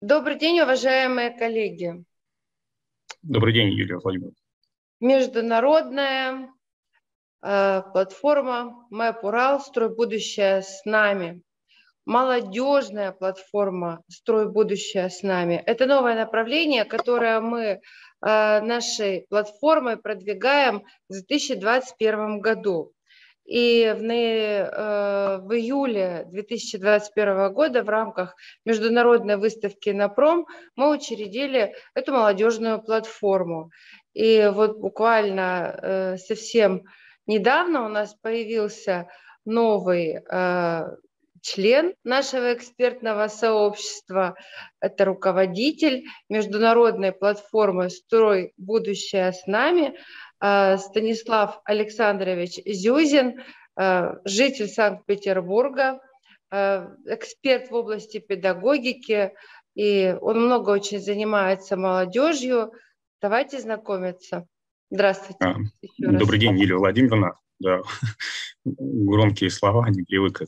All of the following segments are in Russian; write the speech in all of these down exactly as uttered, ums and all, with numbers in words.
Добрый день, уважаемые коллеги. Добрый день, Юлия Владимировна. Международная э, платформа МЭП Урал «Строй будущее с нами». Молодежная платформа «Строй будущее с нами». Это новое направление, которое мы э, нашей платформой продвигаем в две тысячи двадцать первом году. И в, в июле две тысячи двадцать первого года в рамках международной выставки «Иннопром» мы учредили эту молодежную платформу. И вот буквально совсем недавно у нас появился новый член нашего экспертного сообщества. Это руководитель международной платформы «Строй будущее с нами» Станислав Александрович Зюзин, житель Санкт-Петербурга, эксперт в области педагогики, и он много очень занимается молодежью. Давайте знакомиться. Здравствуйте. А, добрый день, Юлия Владимировна. Да, громкие слова, не привык.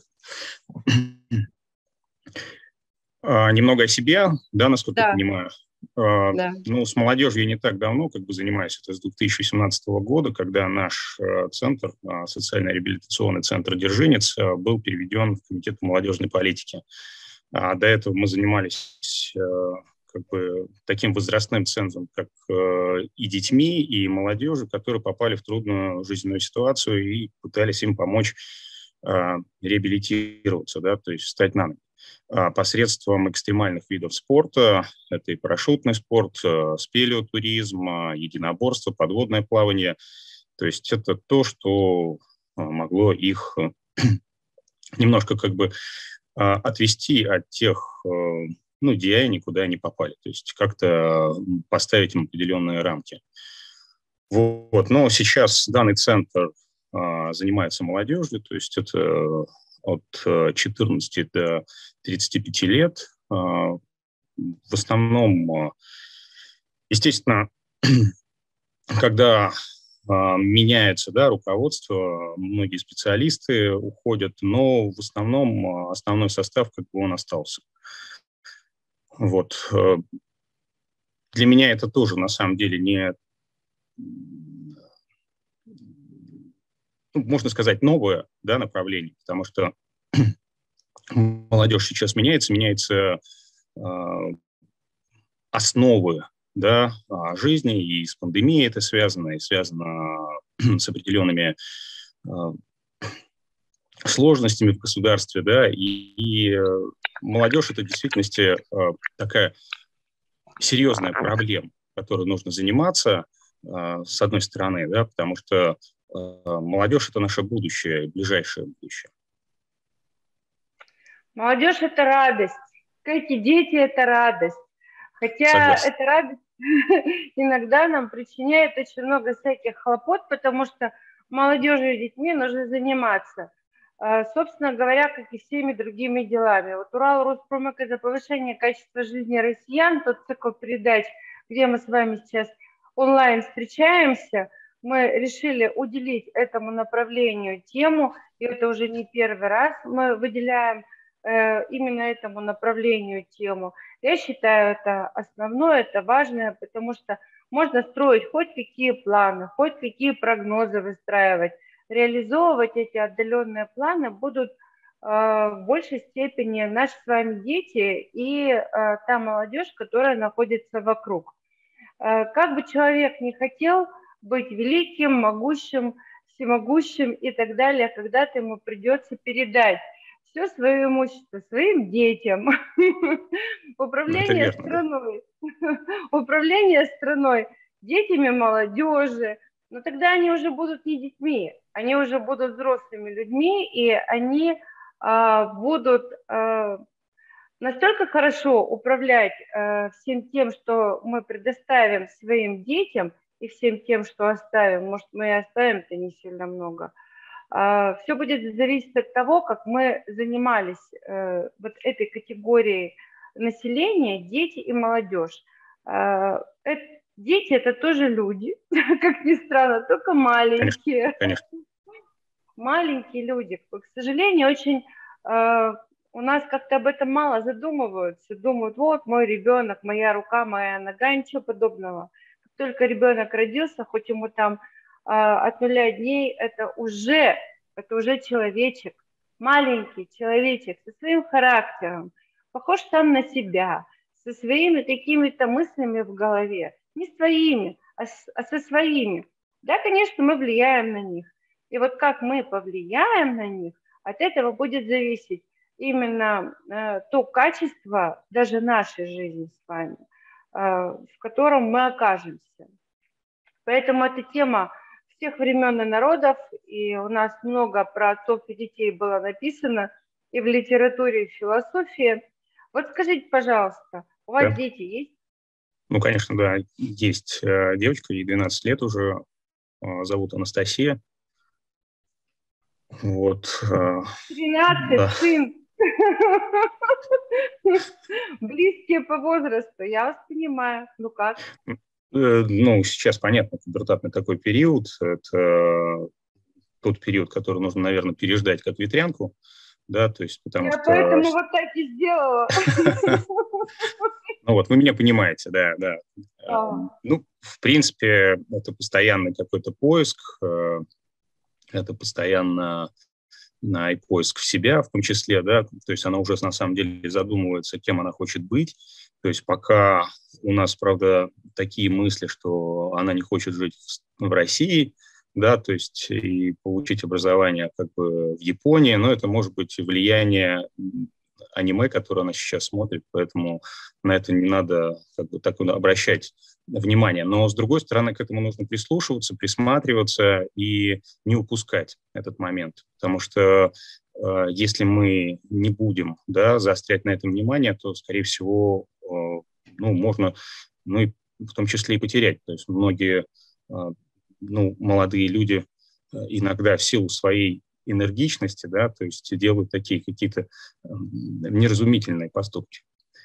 А, немного о себе, да, насколько да. я понимаю. А, да. Ну, с молодежью я не так давно как бы занимаюсь. Это с две тысячи семнадцатого года, когда наш а, центр, а, социально-реабилитационный центр «Держинец», а, был переведен в Комитет по молодежной политике. А до этого мы занимались а, как бы таким возрастным центром, как а, и детьми, и молодежью, которые попали в трудную жизненную ситуацию и пытались им помочь а, реабилитироваться, да, то есть встать на ноги посредством экстремальных видов спорта. Это и парашютный спорт, спелеотуризм, единоборство, подводное плавание. То есть это то, что могло их немножко как бы отвести от тех ну, деяний, куда они попали. То есть как-то поставить им определенные рамки. Вот. Но сейчас данный центр занимается молодежью, то есть это от четырнадцати до тридцати пяти лет. В основном, естественно, когда меняется, да, руководство, многие специалисты уходят, но в основном основной состав как бы он остался. Вот. Для меня это тоже на самом деле не, можно сказать, новое, да, направление, потому что молодежь сейчас меняется, меняется э, основы, да, жизни, и с пандемией это связано, и связано с определенными э, сложностями в государстве, да, и, и молодежь – это в действительности э, такая серьезная проблема, которой нужно заниматься, э, с одной стороны, да, потому что э, молодежь – это наше будущее, ближайшее будущее. Молодежь – это радость. Эти дети – это радость. Хотя Согласен. эта радость иногда нам причиняет очень много всяких хлопот, потому что молодежью и детьми нужно заниматься. Собственно говоря, как и всеми другими делами. Вот Урал Роспромека за повышение качества жизни россиян, тот цикл передач, где мы с вами сейчас онлайн встречаемся, мы решили уделить этому направлению тему, и это уже не первый раз мы выделяем именно этому направлению тему. Я считаю, это основное, это важное, потому что можно строить хоть какие планы, хоть какие прогнозы выстраивать. Реализовывать эти отдаленные планы будут э, в большей степени наши с вами дети и э, та молодежь, которая находится вокруг. Э, как бы человек не хотел быть великим, могущим, всемогущим и так далее, когда-то ему придется передать все свое имущество своим детям. Управление страной. Управление страной детьми, молодежи. Но тогда они уже будут не детьми, они уже будут взрослыми людьми, и они будут настолько хорошо управлять всем тем, что мы предоставим своим детям, и всем тем, что оставим. Может, мы и оставим-то не сильно много. Все будет зависеть от того, как мы занимались э, вот этой категорией населения, дети и молодежь. Э, это, дети – это тоже люди, как ни странно, только маленькие. Конечно, конечно. Маленькие люди. К сожалению, очень э, у нас как-то об этом мало задумываются. Думают, вот мой ребенок, моя рука, моя нога, ничего подобного. Как только ребенок родился, хоть ему там а, от нуля дней, это уже, это уже человечек, маленький человечек со своим характером, похож сам на себя, со своими какими-то мыслями в голове, не своими, а, с, а со своими. Да, конечно, мы влияем на них. И вот как мы повлияем на них, от этого будет зависеть именно э, то качество даже нашей жизни с вами, э, в котором мы окажемся. Поэтому эта тема всех времен и народов, и у нас много про отцов и детей было написано и в литературе, и в философии. Вот скажите, пожалуйста, у вас Да. дети есть? Ну, конечно, да, есть э, девочка, ей двенадцать лет уже, э, зовут Анастасия. Вот. Э, тринадцать, да. сын. Близкие по возрасту, я вас понимаю. Ну как? Ну, сейчас, понятно, пубертатный такой период. Это тот период, который нужно, наверное, переждать как ветрянку. Да, то есть, потому Я что... поэтому вот так и сделала. Ну вот, вы меня понимаете, да, да. Ну, в принципе, это постоянный какой-то поиск, это постоянно на и поиск в себя, в том числе, да, то есть она уже на самом деле задумывается, кем она хочет быть. То есть пока у нас, правда, такие мысли, что она не хочет жить в, в России, да, то есть и получить образование как бы в Японии, но это может быть влияние аниме, которое она сейчас смотрит, поэтому на это не надо как бы так обращать внимание. Но, с другой стороны, к этому нужно прислушиваться, присматриваться и не упускать этот момент. Потому что э, если мы не будем, да, заострять на этом внимание, то, скорее всего, э, ну, можно, ну, и в том числе и потерять. То есть многие э, ну, молодые люди э, иногда в силу своей энергичности, да, то есть делают такие какие-то э, неразумительные поступки.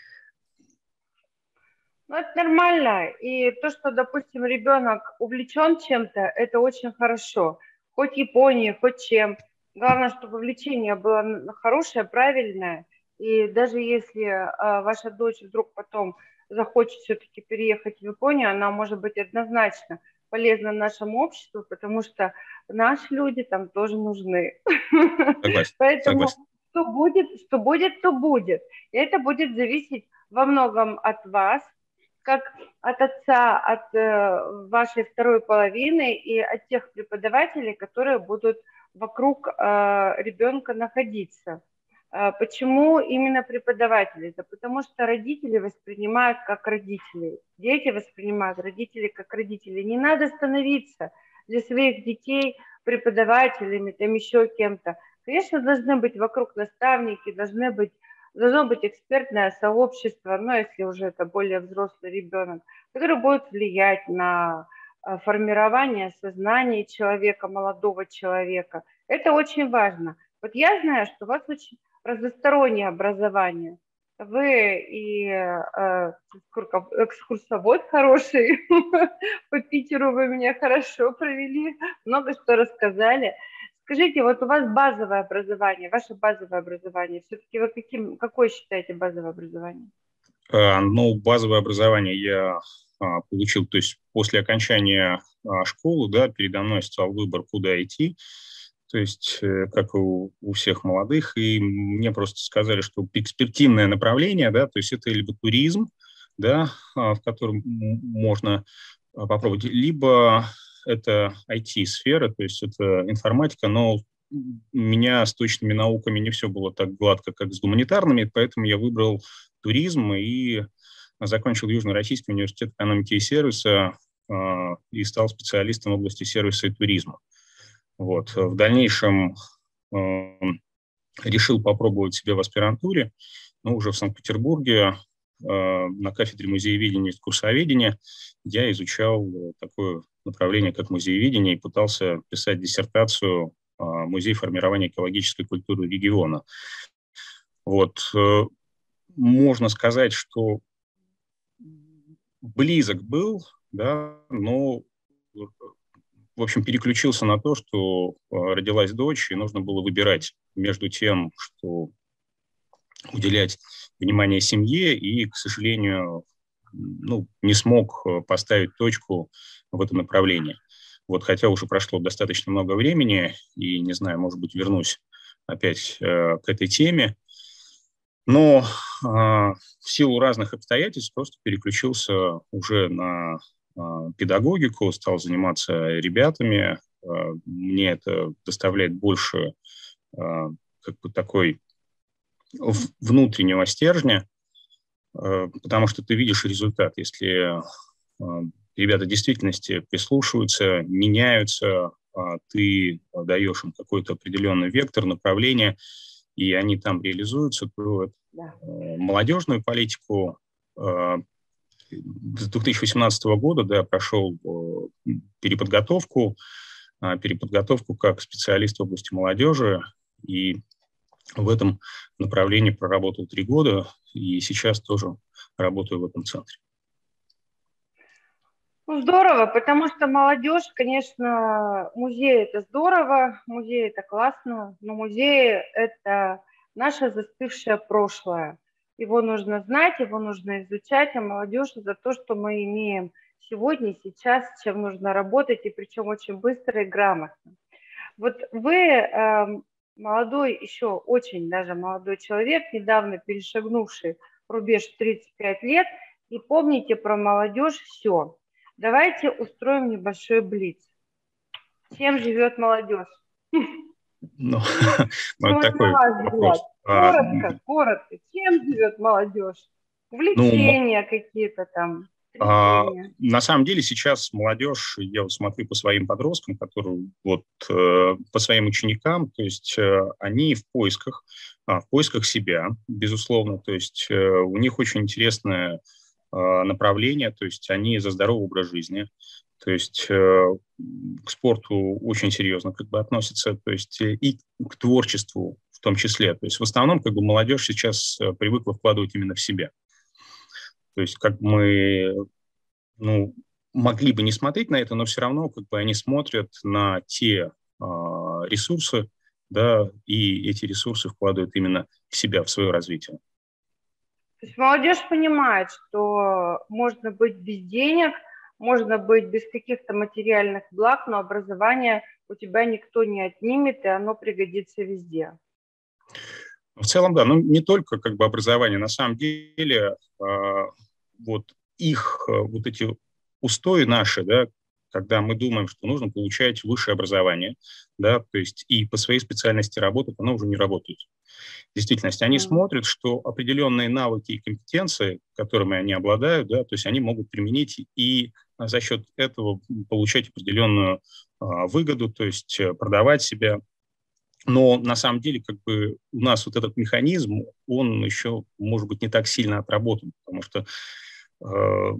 Ну, это нормально. И то, что, допустим, ребенок увлечен чем-то, это очень хорошо. Хоть Японией, хоть чем. Главное, чтобы увлечение было хорошее, правильное. И даже если а, ваша дочь вдруг потом захочет все-таки переехать в Японию, она может быть однозначно полезна нашему обществу, потому что наши люди там тоже нужны. Согласен. Поэтому Согласен. что будет, что будет, то будет. И это будет зависеть во многом от вас, как от отца, от э, вашей второй половины и от тех преподавателей, которые будут вокруг э, ребенка находиться. Э, почему именно преподаватели? Это потому что родители воспринимают как родители, дети воспринимают родителей как родители. Не надо становиться для своих детей преподавателями, там еще кем-то. Конечно, должны быть вокруг наставники, должны быть Должно быть экспертное сообщество, но если уже это более взрослый ребенок, который будет влиять на формирование сознания человека, молодого человека. Это очень важно. Вот я знаю, что у вас очень разностороннее образование. Вы и э, экскурсовод хороший, по Питеру вы меня хорошо провели, много что рассказали. Скажите, вот у вас базовое образование, ваше базовое образование, все-таки вы каким, какое считаете базовое образование? А, ну, базовое образование я а, получил, то есть после окончания а, школы, да, передо мной стал выбор, куда идти, то есть э, как у, у всех молодых, и мне просто сказали, что перспективное направление, да, то есть это либо туризм, да, а, в котором можно попробовать, либо это ай ти-сфера, то есть это информатика, но у меня с точными науками не все было так гладко, как с гуманитарными, поэтому я выбрал туризм и закончил Южно-Российский университет экономики и сервиса э, и стал специалистом в области сервиса и туризма. Вот. В дальнейшем э, решил попробовать себя в аспирантуре, но уже в Санкт-Петербурге на кафедре музееведения и экскурсоведения я изучал такое направление, как музееведение, и пытался писать диссертацию «Музей формирования экологической культуры региона». Вот. Можно сказать, что близок был, да, но, в общем, переключился на то, что родилась дочь, и нужно было выбирать между тем, что уделять внимание семье и, к сожалению, ну, не смог поставить точку в этом направлении. Вот, хотя уже прошло достаточно много времени, и, не знаю, может быть, вернусь опять э, к этой теме, но э, в силу разных обстоятельств просто переключился уже на э, педагогику, стал заниматься ребятами. Э, мне это доставляет больше э, как бы такой внутреннего стержня, э, потому что ты видишь результат. Если э, ребята в действительности прислушиваются, меняются, а ты даешь им какой-то определенный вектор, направление, и они там реализуются, то Да. молодежную политику с две тысячи восемнадцатого года, да, прошел переподготовку, переподготовку как специалист в области молодежи, и в этом направлении проработал три года, и сейчас тоже работаю в этом центре. Ну, здорово, потому что молодежь, конечно, музей – это здорово, музей – это классно, но музей – это наше застывшее прошлое. Его нужно знать, его нужно изучать, а молодежь – это то, что мы имеем сегодня, сейчас, с чем нужно работать, и причем очень быстро и грамотно. Вот вы, э, молодой, еще очень даже молодой человек, недавно перешагнувший рубеж тридцать пять лет, и помните про молодежь все. Давайте устроим небольшой блиц. Чем живет молодежь? Ну, ну такой вопрос. Коротко, коротко. Чем живет молодежь? Увлечения какие-то там, А, увлечения. на самом деле сейчас молодежь, я вот смотрю по своим подросткам, которые вот э, по своим ученикам, то есть э, они в поисках, а, в поисках себя, безусловно, то есть э, у них очень интересное э, направление, то есть они за здоровый образ жизни, то есть э, к спорту очень серьезно как бы относятся, то есть э, и к творчеству в том числе, то есть в основном как бы молодежь сейчас э, привыкла вкладывать именно в себя. То есть как мы ну, могли бы не смотреть на это, но все равно как бы они смотрят на те э, ресурсы, да, и эти ресурсы вкладывают именно в себя, в свое развитие. То есть молодежь понимает, что можно быть без денег, можно быть без каких-то материальных благ, но образование у тебя никто не отнимет, и оно пригодится везде. В целом, да, ну не только как бы образование, на самом деле э, вот их э, вот эти устои наши, да, когда мы думаем, что нужно получать высшее образование, да, то есть и по своей специальности работать, оно уже не работает. В действительности они mm. смотрят, что определенные навыки и компетенции, которыми они обладают, да, то есть они могут применить и за счет этого получать определенную а, выгоду, то есть продавать себя. Но на самом деле как бы у нас вот этот механизм, он еще, может быть, не так сильно отработан, потому что э,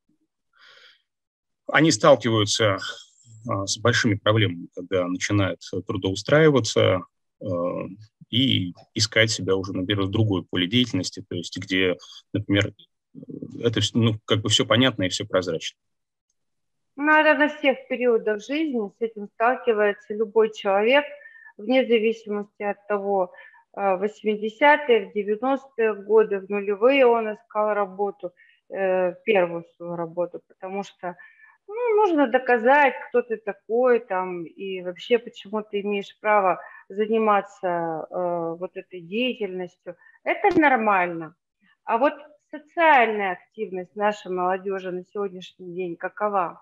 они сталкиваются э, с большими проблемами, когда начинают трудоустраиваться э, и искать себя уже, например, в другой поле деятельности, то есть где, например, это ну, как бы все понятно и все прозрачно. Ну, это на всех периодах жизни с этим сталкивается любой человек, вне зависимости от того, в восьмидесятые, в девяностые годы, в нулевые он искал работу, первую свою работу, потому что ну, нужно доказать, кто ты такой, там, и вообще, почему ты имеешь право заниматься э, вот этой деятельностью. Это нормально. А вот социальная активность нашей молодежи на сегодняшний день какова?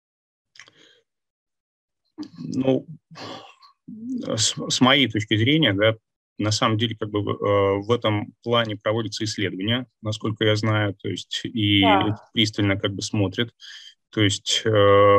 Ну, с, с моей точки зрения, да, на самом деле, как бы э, в этом плане проводятся исследования, насколько я знаю, то есть и да. пристально как бы смотрят. То есть э,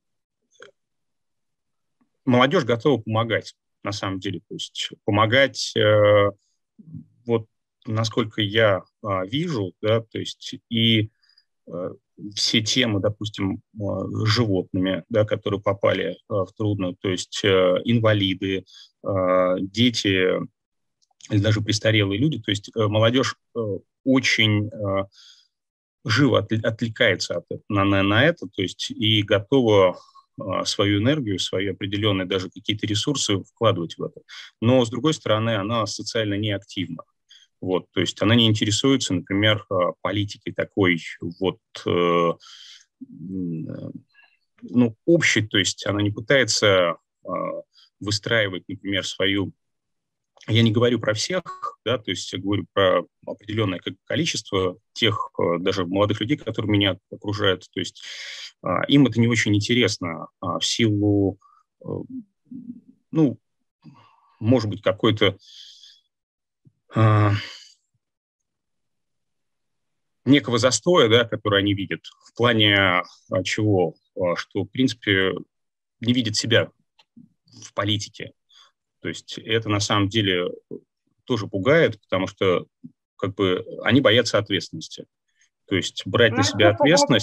молодежь готова помогать, на самом деле. То есть помогать, э, вот насколько я э, вижу, да, то есть и э, все темы, допустим, э, с животными, да, которые попали э, в трудную, то есть э, инвалиды, э, дети или даже престарелые люди, то есть э, молодежь э, очень... Э, живо отвлекается от, на, на, на это, то есть и готова а, свою энергию, свои определенные даже какие-то ресурсы вкладывать в это. Но, с другой стороны, она социально неактивна. Вот, то есть она не интересуется, например, политикой такой вот, э, ну, общей, то есть она не пытается э, выстраивать, например, свою. Я не говорю про всех, да, то есть я говорю про определенное количество тех даже молодых людей, которые меня окружают. То есть а, им это не очень интересно а, в силу, а, ну, может быть, какой-то а, некого застоя, да, который они видят в плане а, чего, а, что, в принципе, не видят себя в политике. То есть это на самом деле тоже пугает, потому что как бы они боятся ответственности. То есть брать на Ну, себя что пугаться? ответственность.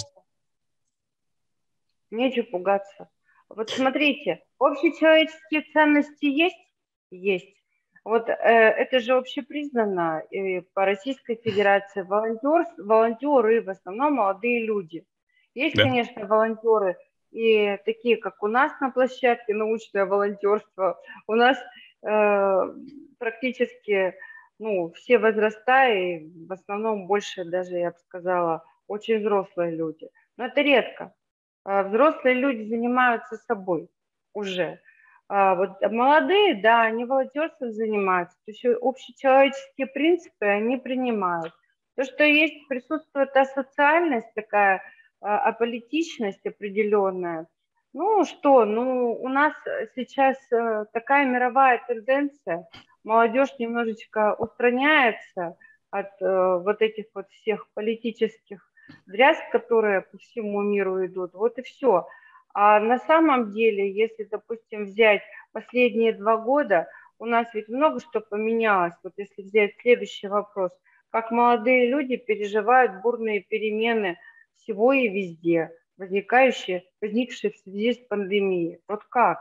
Нечего пугаться. Вот смотрите, общечеловеческие ценности есть? Есть. Вот э, это же общепризнано э, по Российской Федерации. Волонтер, волонтеры в основном молодые люди. Есть, Да. конечно, волонтеры и такие, как у нас на площадке, научное волонтерство. У нас э, практически ну, все возраста и в основном больше даже, я бы сказала, очень взрослые люди. Но это редко. А, взрослые люди занимаются собой уже. А вот молодые, да, они волонтерством занимаются, то есть общечеловеческие принципы они принимают. То, что есть, присутствует асоциальность такая, а, аполитичность определенная. Ну что, ну у нас сейчас э, такая мировая тенденция, молодежь немножечко устраняется от э, вот этих вот всех политических дрязг, которые по всему миру идут, вот и все. А на самом деле, если, допустим, взять последние два года, у нас ведь много что поменялось. Вот если взять следующий вопрос, как молодые люди переживают бурные перемены всего и везде, возникающие, возникшие в связи с пандемией. Вот как?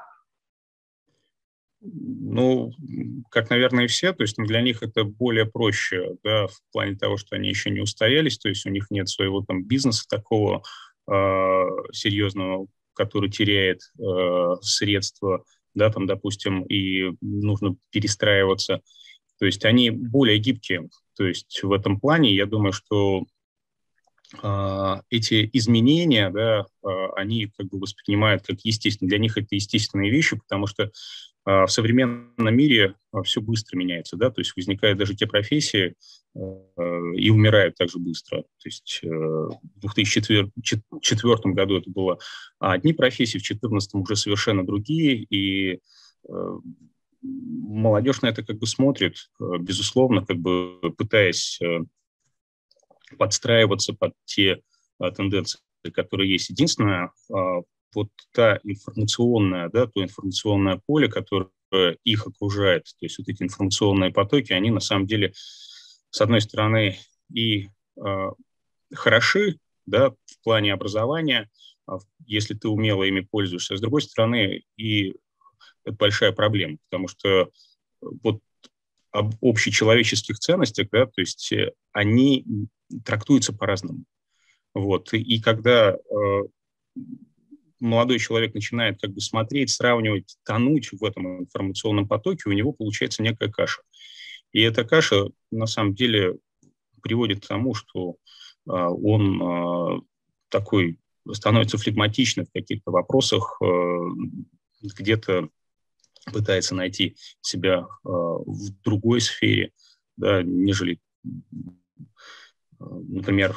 Ну, как, наверное, и все, то есть для них это более проще, да, в плане того, что они еще не устоялись, то есть у них нет своего там бизнеса такого э, серьезного, который теряет э, средства, да, там, допустим, и нужно перестраиваться. То есть они более гибкие. То есть в этом плане я думаю, что Uh, эти изменения, да, uh, они как бы воспринимают как естественно. Для них это естественные вещи, потому что uh, в современном мире uh, все быстро меняется, да, то есть возникают даже те профессии uh, и умирают также быстро. То есть uh, в две тысячи четвёртом году это было одни профессии, в две тысячи четырнадцатом уже совершенно другие, и uh, молодежь на это как бы смотрит, uh, безусловно, как бы пытаясь uh, подстраиваться под те а, тенденции, которые есть. Единственное, а, вот та информационная, да, то информационное поле, которое их окружает, то есть вот эти информационные потоки, они на самом деле, с одной стороны, и а, хороши, да, в плане образования, а, если ты умело ими пользуешься, а с другой стороны, и это большая проблема, потому что вот об общечеловеческих ценностях, да, то есть они трактуются по-разному. Вот. И, и когда э, молодой человек начинает как бы смотреть, сравнивать, тонуть в этом информационном потоке, у него получается некая каша. И эта каша на самом деле приводит к тому, что э, он э, такой становится флегматичным в каких-то вопросах, э, где-то пытается найти себя э, в другой сфере, да, нежели, э, например,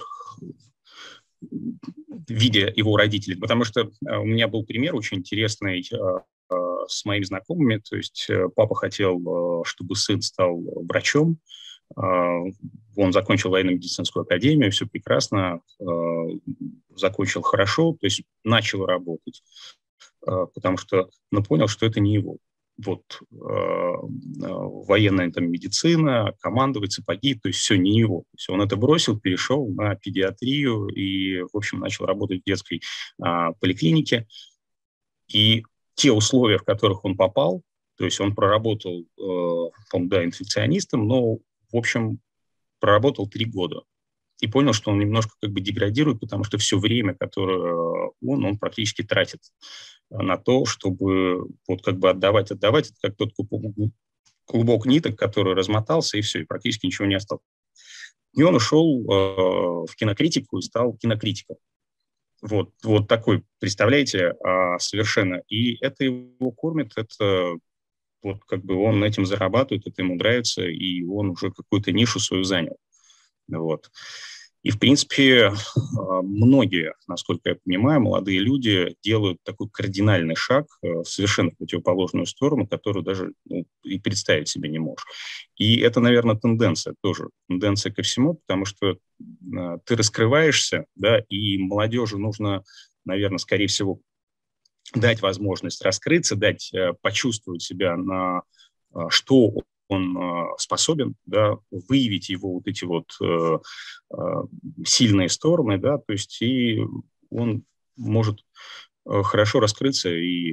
видя его родителей. Потому что э, у меня был пример очень интересный э, э, с моими знакомыми. То есть э, папа хотел, э, чтобы сын стал врачом. Э, он закончил военно-медицинскую академию, все прекрасно, э, закончил хорошо, то есть начал работать, э, потому что ну, понял, что это не его. Вот э, военная там медицина, командовать, сапоги, то есть все не его. То есть он это бросил, перешел на педиатрию и, в общем, начал работать в детской э, поликлинике. И те условия, в которых он попал, то есть он проработал, э, да, инфекционистом, но, в общем, проработал три года. И понял, что он немножко как бы деградирует, потому что все время, которое он, он практически тратит на то, чтобы вот как бы отдавать, отдавать. Это как тот клубок ниток, который размотался, и все, и практически ничего не осталось. И он ушел э, в кинокритику и стал кинокритиком. Вот, вот такой, представляете, э, совершенно. И это его кормит, это вот как бы он этим зарабатывает, это ему нравится, и он уже какую-то нишу свою занял. Вот. И, в принципе, многие, насколько я понимаю, молодые люди делают такой кардинальный шаг в совершенно противоположную сторону, которую даже ну, и представить себе не можешь. И это, наверное, тенденция тоже, тенденция ко всему, потому что ты раскрываешься, да, и молодежи нужно, наверное, скорее всего, дать возможность раскрыться, дать почувствовать себя, на что он способен, да, выявить его вот эти вот э, э, сильные стороны, да, то есть и он может хорошо раскрыться и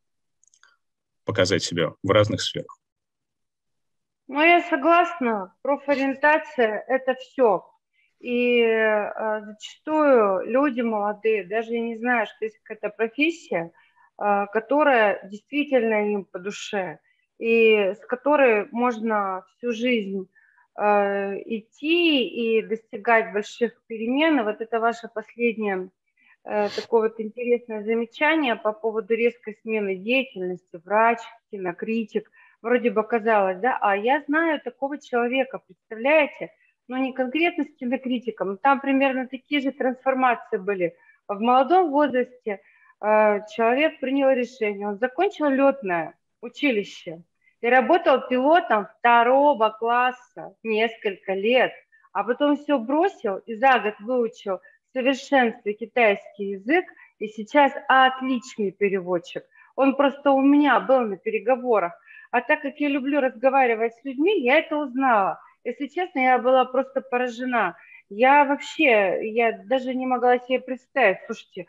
показать себя в разных сферах. Ну, я согласна, профориентация – это все. И э, зачастую люди молодые даже не знают, что есть какая-то профессия, э, которая действительно им по душе, и с которой можно всю жизнь э, идти и достигать больших перемен. И вот это ваше последнее э, такое вот интересное замечание по поводу резкой смены деятельности, врач, кинокритик. Вроде бы казалось, да, а я знаю такого человека, представляете? Но не конкретно с кинокритиком, там примерно такие же трансформации были. В молодом возрасте э, человек принял решение, он закончил летное училище и работал пилотом второго класса несколько лет, а потом все бросил и за год выучил в совершенстве китайский язык, и сейчас отличный переводчик. Он просто у меня был на переговорах. А так как я люблю разговаривать с людьми, я это узнала. Если честно, я была просто поражена. Я вообще, я даже не могла себе представить, слушайте,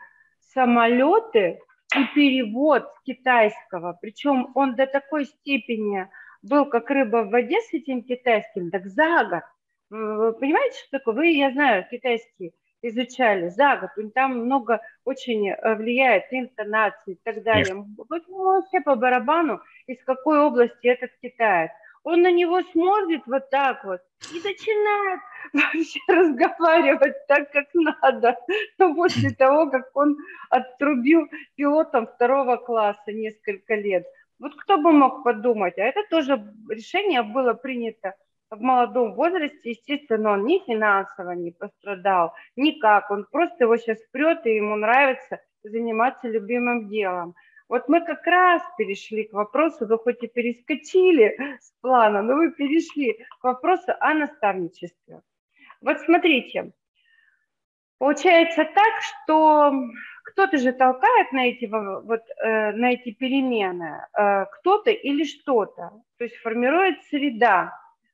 самолеты и перевод с китайского, причем он до такой степени был как рыба в воде с этим китайским, так за год. Вы понимаете, что такое? Вы, я знаю, китайский изучали за год, там много очень влияет интонации и так далее. Конечно. Вот вообще по барабану, из какой области этот китаец. Он на него смотрит вот так вот и начинает вообще разговаривать так, как надо. Но после того, как он оттрубил пилотом второго класса несколько лет. Вот кто бы мог подумать, а это тоже решение было принято в молодом возрасте, естественно, он ни финансово не пострадал, никак. Он просто его сейчас прет, и ему нравится заниматься любимым делом. Вот мы как раз перешли к вопросу, вы хоть и перескочили с плана, но вы перешли к вопросу о наставничестве. Вот смотрите, получается так, что кто-то же толкает на эти, вот, э, на эти перемены, э, кто-то или что-то, то есть формирует среда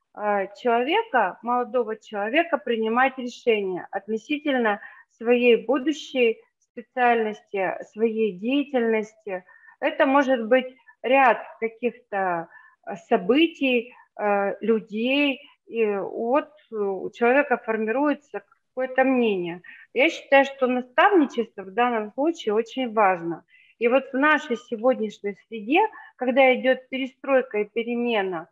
человека, молодого человека, принимать решения относительно своей будущей специальности, своей деятельности. Это может быть ряд каких-то событий, людей, и вот у человека формируется какое-то мнение. Я считаю, что наставничество в данном случае очень важно. И вот в нашей сегодняшней среде, когда идет перестройка и перемена,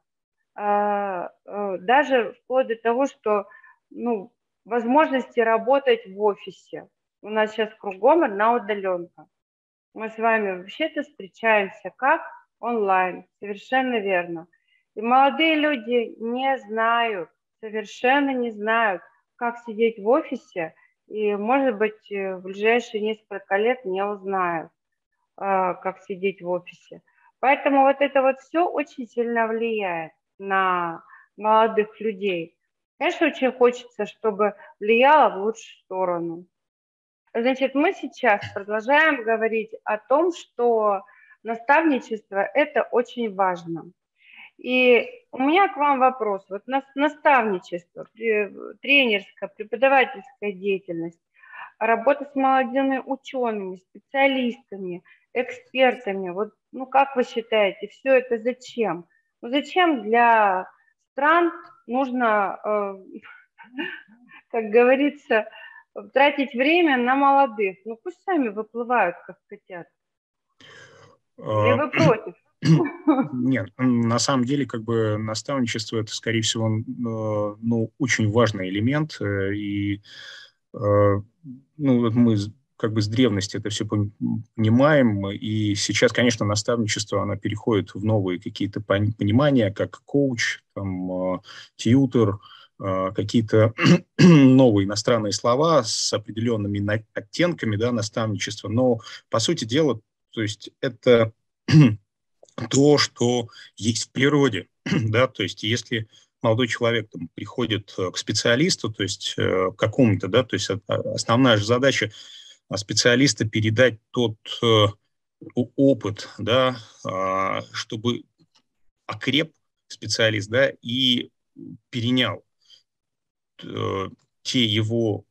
даже вплоть до того, что ну, возможности работать в офисе. У нас сейчас кругом одна удаленка. Мы с вами вообще-то встречаемся как онлайн, совершенно верно. И молодые люди не знают, совершенно не знают, как сидеть в офисе, и, может быть, в ближайшие несколько лет не узнают, как сидеть в офисе. Поэтому вот это вот все очень сильно влияет на молодых людей. Конечно, очень хочется, чтобы влияло в лучшую сторону. Значит, мы сейчас продолжаем говорить о том, что наставничество – это очень важно. И у меня к вам вопрос. Вот наставничество, тренерская, преподавательская деятельность, работа с молодыми учеными, специалистами, экспертами. Вот, ну, как вы считаете, все это зачем? Ну, зачем для стран нужно, э, как говорится, тратить время на молодых? Ну, пусть сами выплывают, как хотят. Или вы против? Нет, на самом деле, как бы наставничество это, скорее всего, ну, очень важный элемент. И ну, мы как бы с древности это все понимаем. И сейчас, конечно, наставничество, оно переходит в новые какие-то понимания, как коуч, там, тьютер, какие-то новые иностранные слова с определенными оттенками, да, наставничества. Но, по сути дела, то есть это то, что есть в природе, да, то есть если молодой человек там, приходит к специалисту, то есть э, к какому-то, да, то есть основная же задача специалиста передать тот э, опыт, да, э, чтобы окреп специалист, да, и перенял э, те его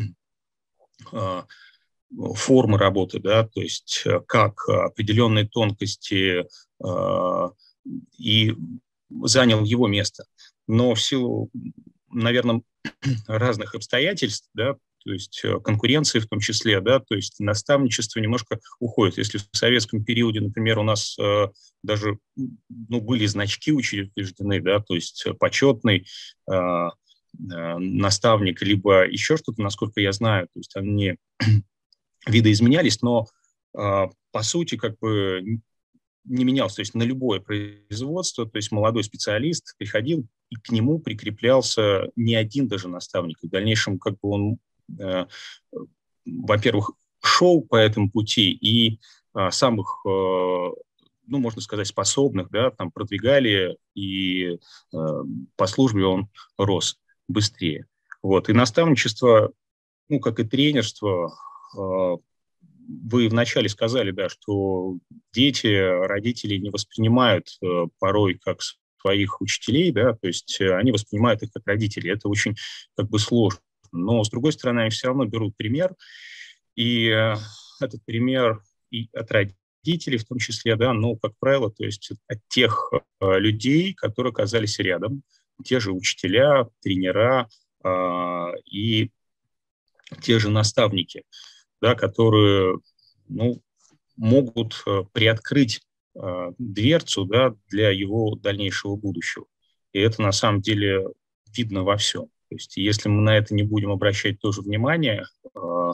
э, формы работы, да, то есть как определенные тонкости э, и занял его место. Но в силу, наверное, разных обстоятельств, да, то есть конкуренции в том числе, да, то есть наставничество немножко уходит. Если в советском периоде, например, у нас э, даже ну, были значки учреждены, да, то есть почетный э, э, наставник, либо еще что-то, насколько я знаю, то есть они видоизменялись, но э, по сути как бы не менялся. То есть на любое производство, то есть молодой специалист приходил, и к нему прикреплялся не один даже наставник. И в дальнейшем как бы он, э, во-первых, шел по этому пути, и э, самых, э, ну, можно сказать, способных, да, там продвигали, и э, по службе он рос быстрее. Вот. И наставничество, ну, как и тренерство, э, вы вначале сказали, да, что дети, родители не воспринимают э, порой как своих учителей, да, то есть э, они воспринимают их как родителей. Это очень как бы сложно. Но, с другой стороны, они все равно берут пример, и э, этот пример и от родителей в том числе, да, но, как правило, то есть от тех э, людей, которые оказались рядом, те же учителя, тренера э, и те же наставники, да, которые ну, могут э, приоткрыть э, дверцу, да, для его дальнейшего будущего. И это на самом деле видно во всем. То есть если мы на это не будем обращать тоже внимание, э,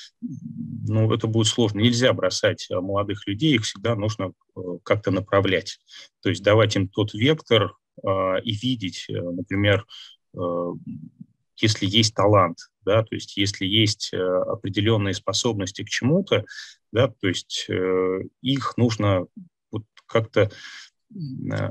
ну, это будет сложно. Нельзя бросать молодых людей, их всегда нужно э, как-то направлять. То есть давать им тот вектор э, и видеть, э, например, э, если есть талант, да, то есть если есть э, определенные способности к чему-то, да, то есть э, их нужно вот как-то э,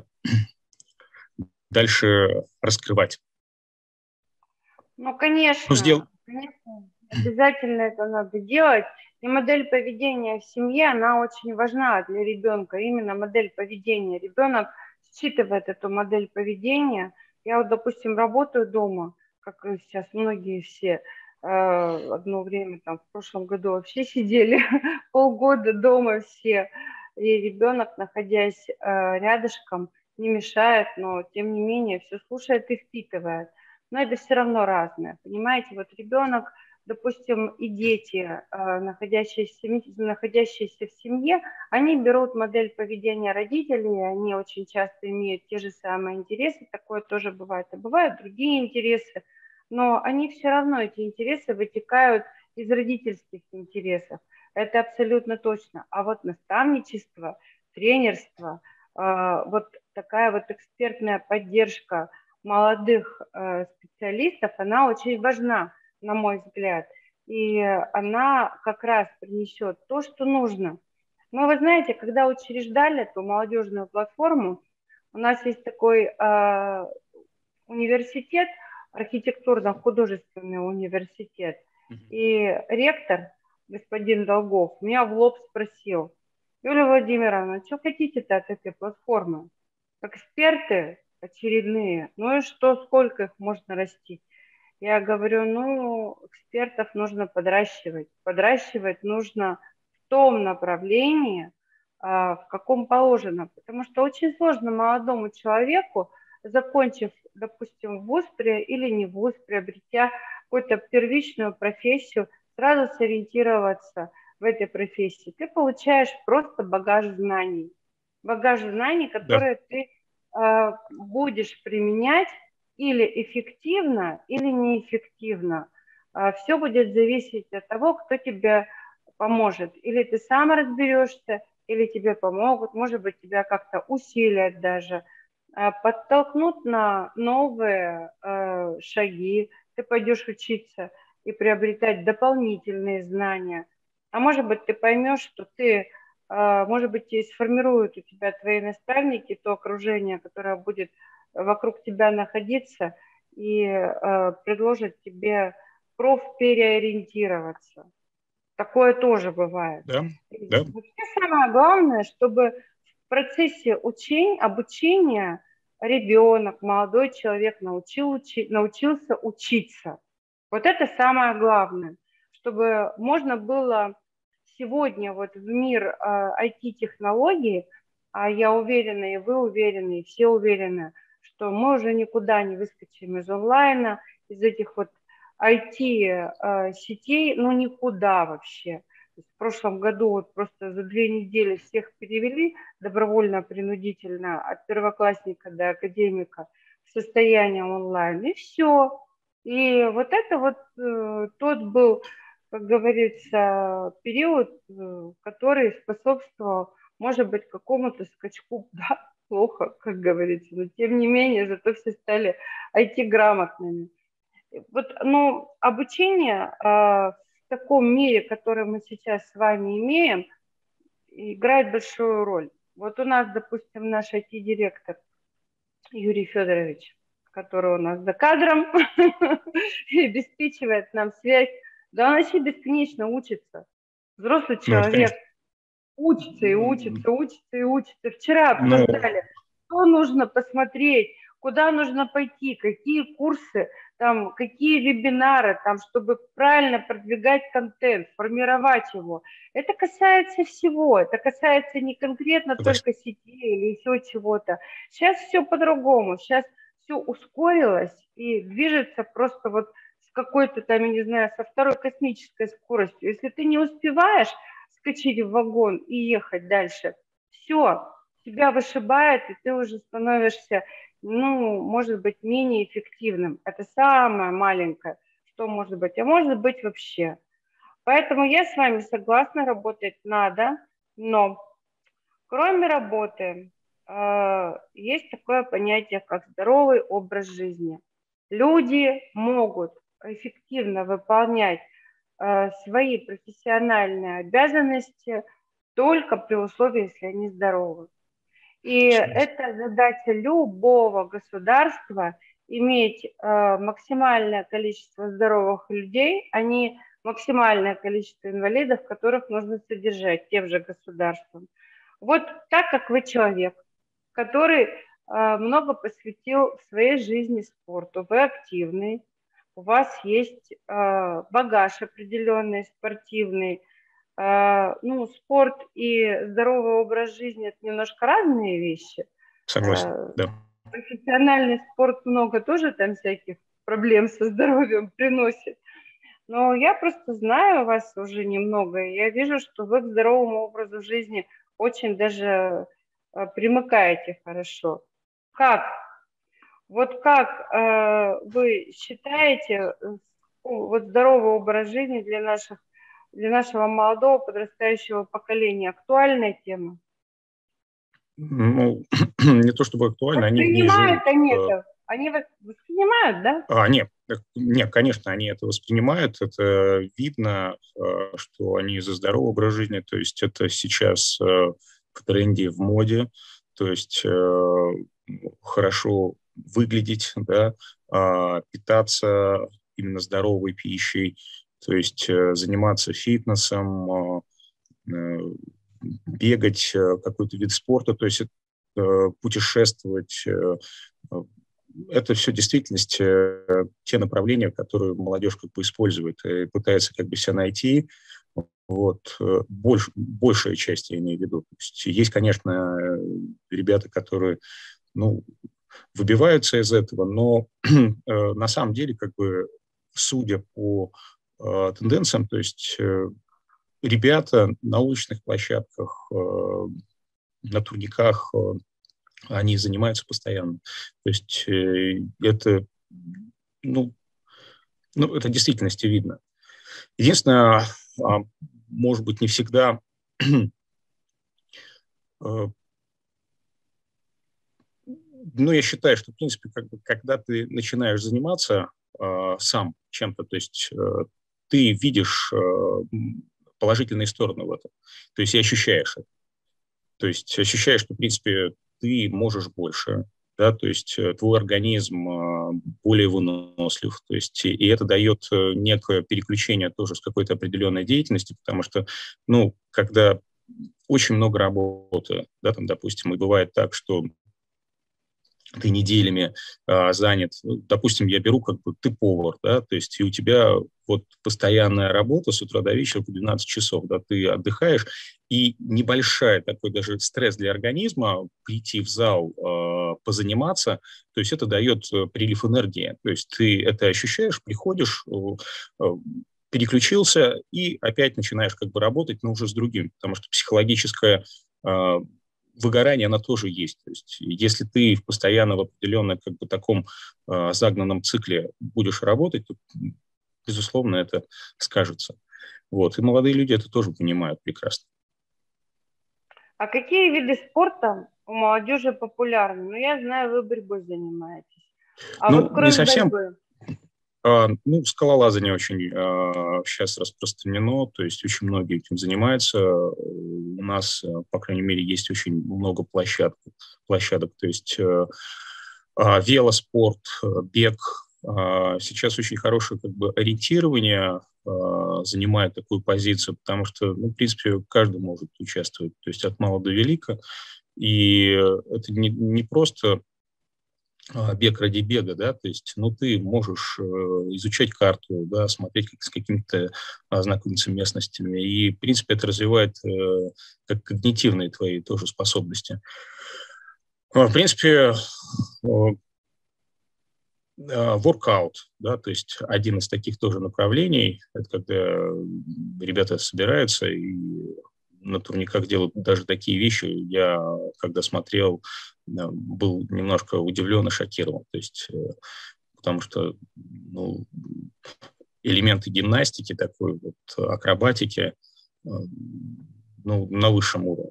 дальше раскрывать. Ну, Ну, сдел... конечно, конечно, обязательно это надо делать. И модель поведения в семье, она очень важна для ребенка. Именно модель поведения. Ребенок считывает эту модель поведения. Я вот, допустим, работаю дома, как и сейчас многие все. Э, одно время, там, в прошлом году вообще сидели полгода дома все. И ребенок, находясь э, рядышком, не мешает, но тем не менее все слушает и впитывает. Но это все равно разное, понимаете, вот ребенок, допустим, и дети, находящиеся, находящиеся в семье, они берут модель поведения родителей, они очень часто имеют те же самые интересы, такое тоже бывает, а бывают другие интересы, но они все равно, эти интересы вытекают из родительских интересов, это абсолютно точно, а вот наставничество, тренерство, вот такая вот экспертная поддержка молодых э, специалистов, она очень важна, на мой взгляд. И она как раз принесет то, что нужно. Мы, вы знаете, когда учреждали эту молодежную платформу, у нас есть такой э, университет, архитектурно-художественный университет. И ректор, господин Долгов, меня в лоб спросил: Юлия Владимировна, что хотите-то от этой платформы? Эксперты очередные, ну и что, сколько их можно растить? Я говорю, ну, экспертов нужно подращивать. Подращивать нужно в том направлении, в каком положено. Потому что очень сложно молодому человеку, закончив, допустим, вуз или не вуз, приобретя какую-то первичную профессию, сразу сориентироваться в этой профессии. Ты получаешь просто багаж знаний. багаж знаний, которые да. ты э, будешь применять или эффективно, или неэффективно. Э, все будет зависеть от того, кто тебе поможет. Или ты сам разберешься, или тебе помогут, может быть, тебя как-то усилят даже, э, подтолкнут на новые э, шаги. Ты пойдешь учиться и приобретать дополнительные знания. А может быть, ты поймешь, что ты, может быть, и сформируют у тебя твои наставники, то окружение, которое будет вокруг тебя находиться и предложит тебе профпереориентироваться. Такое тоже бывает. Да, да. Вообще самое главное, чтобы в процессе учения, обучения ребенок, молодой человек научил, учи, научился учиться. Вот это самое главное, чтобы можно было сегодня вот в мир э, ай ти-технологий, а я уверена, и вы уверены, и все уверены, что мы уже никуда не выскочим из онлайна, из этих вот ай ти-сетей, ну никуда вообще. В прошлом году вот просто за две недели всех перевели добровольно-принудительно от первоклассника до академика в состояние онлайн, и все. И вот это вот э, тот был, как говорится, период, э, который способствовал, может быть, какому-то скачку, да, плохо, как говорится, но тем не менее, зато все стали ай ти-грамотными. Вот, ну, обучение э, в таком мире, который мы сейчас с вами имеем, играет большую роль. Вот у нас, допустим, наш ай ти-директор Юрий Федорович, который у нас за кадром и обеспечивает нам связь, да он вообще бесконечно учится. Взрослый человек учится и учится, учится и учится. Вчера обсуждали, что нужно посмотреть, куда нужно пойти, какие курсы, там, какие вебинары, там, чтобы правильно продвигать контент, формировать его. Это касается всего, это касается не конкретно только сетей или еще чего-то. Сейчас все по-другому, сейчас все ускорилось и движется просто вот с какой-то там, я не знаю, со второй космической скоростью. Если ты не успеваешь скачать в вагон и ехать дальше, все, тебя вышибает, и ты уже становишься, ну, может быть, менее эффективным. Это самое маленькое, что может быть, а может быть вообще. Поэтому я с вами согласна, работать надо, но кроме работы э, есть такое понятие, как здоровый образ жизни. Люди могут эффективно выполнять э, свои профессиональные обязанности только при условии, если они здоровы. И это задача любого государства иметь э, максимальное количество здоровых людей, а не максимальное количество инвалидов, которых нужно содержать тем же государством. Вот так как вы человек, который э, много посвятил в своей жизни спорту, вы активный, у вас есть э, багаж определенный спортивный, ну, спорт и здоровый образ жизни – это немножко разные вещи. Согласен, да. Профессиональный спорт много тоже там всяких проблем со здоровьем приносит. Но я просто знаю вас уже немного, и я вижу, что вы к здоровому образу жизни очень даже примыкаете хорошо. Как? Вот как э, вы считаете, вот здоровый образ жизни для наших для нашего молодого подрастающего поколения актуальная тема? Ну, не то чтобы актуально, они не живут. Они это, они воспринимают, да? А, нет, нет, конечно, они это воспринимают. Это видно, что они за здоровый образ жизни, то есть это сейчас в тренде, в моде, то есть хорошо выглядеть, да, питаться именно здоровой пищей, то есть заниматься фитнесом, бегать, какой-то вид спорта, то есть путешествовать. Это все в действительности те направления, которые молодежь как бы использует и пытается как бы себя найти. Вот. Больш, большая часть, я имею в виду. То есть, есть, конечно, ребята, которые, ну, выбиваются из этого, но на самом деле, как бы, судя по э, тенденциям, то есть э, ребята на уличных площадках э, на турниках они занимаются постоянно. То есть это, ну, ну, это в действительности видно. Единственное, может быть, не всегда ну, я считаю, что, в принципе, как бы, когда ты начинаешь заниматься э, сам чем-то, то есть э, ты видишь э, положительные стороны в этом, то есть и ощущаешь это. То есть ощущаешь, что, в принципе, ты можешь больше, да, то есть э, твой организм э, более вынослив, то есть и, и это дает э, некое переключение тоже с какой-то определенной деятельности, потому что, ну, когда очень много работы, да, там, допустим, и бывает так, что ты неделями а, занят. Ну, допустим, я беру, как бы, ты повар, да, то есть и у тебя вот постоянная работа с утра до вечера по двенадцать часов, да, ты отдыхаешь, и небольшой такой даже стресс для организма, прийти в зал, э, позаниматься, то есть это дает прилив энергии, то есть ты это ощущаешь, приходишь, э, переключился и опять начинаешь как бы работать, но уже с другим, потому что психологическая э, выгорание, оно тоже есть. То есть, если ты постоянно в определенном как бы таком э, загнанном цикле будешь работать, то, безусловно, это скажется. Вот. И молодые люди это тоже понимают прекрасно. А какие виды спорта у молодежи популярны? Ну, я знаю, вы борьбой занимаетесь. А Ну, вот не кроме совсем. борьбы? А, ну, скалолазание очень а, сейчас распространено, то есть очень многие этим занимаются. У нас, по крайней мере, есть очень много площадок, площадок то есть а, велоспорт, бег. А, сейчас очень хорошее как бы ориентирование а, занимает такую позицию, потому что, ну, в принципе, каждый может участвовать, то есть от мала до велика. И это не, не просто бег ради бега, да, то есть, ну, ты можешь э, изучать карту, да, смотреть как, с какими-то а, знакомиться местностями, и, в принципе, это развивает э, как когнитивные твои тоже способности. В принципе, воркаут, да, то есть один из таких тоже направлений, это когда ребята собираются и на турниках делают даже такие вещи. Я, когда смотрел, был немножко удивлен и шокирован, то есть потому что, ну, элементы гимнастики, такой вот акробатики, ну, на высшем уровне.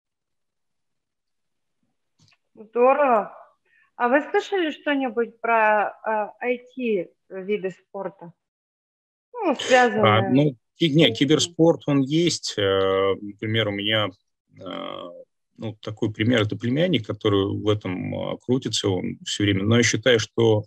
Здорово. А вы слышали что-нибудь про э, ай ти-виды спорта? Ну, А, связанные ну, с не, ай ти. киберспорт, он есть. Например, у меня ну, такой пример, это племянник, который в этом крутится, он все время. Но я считаю, что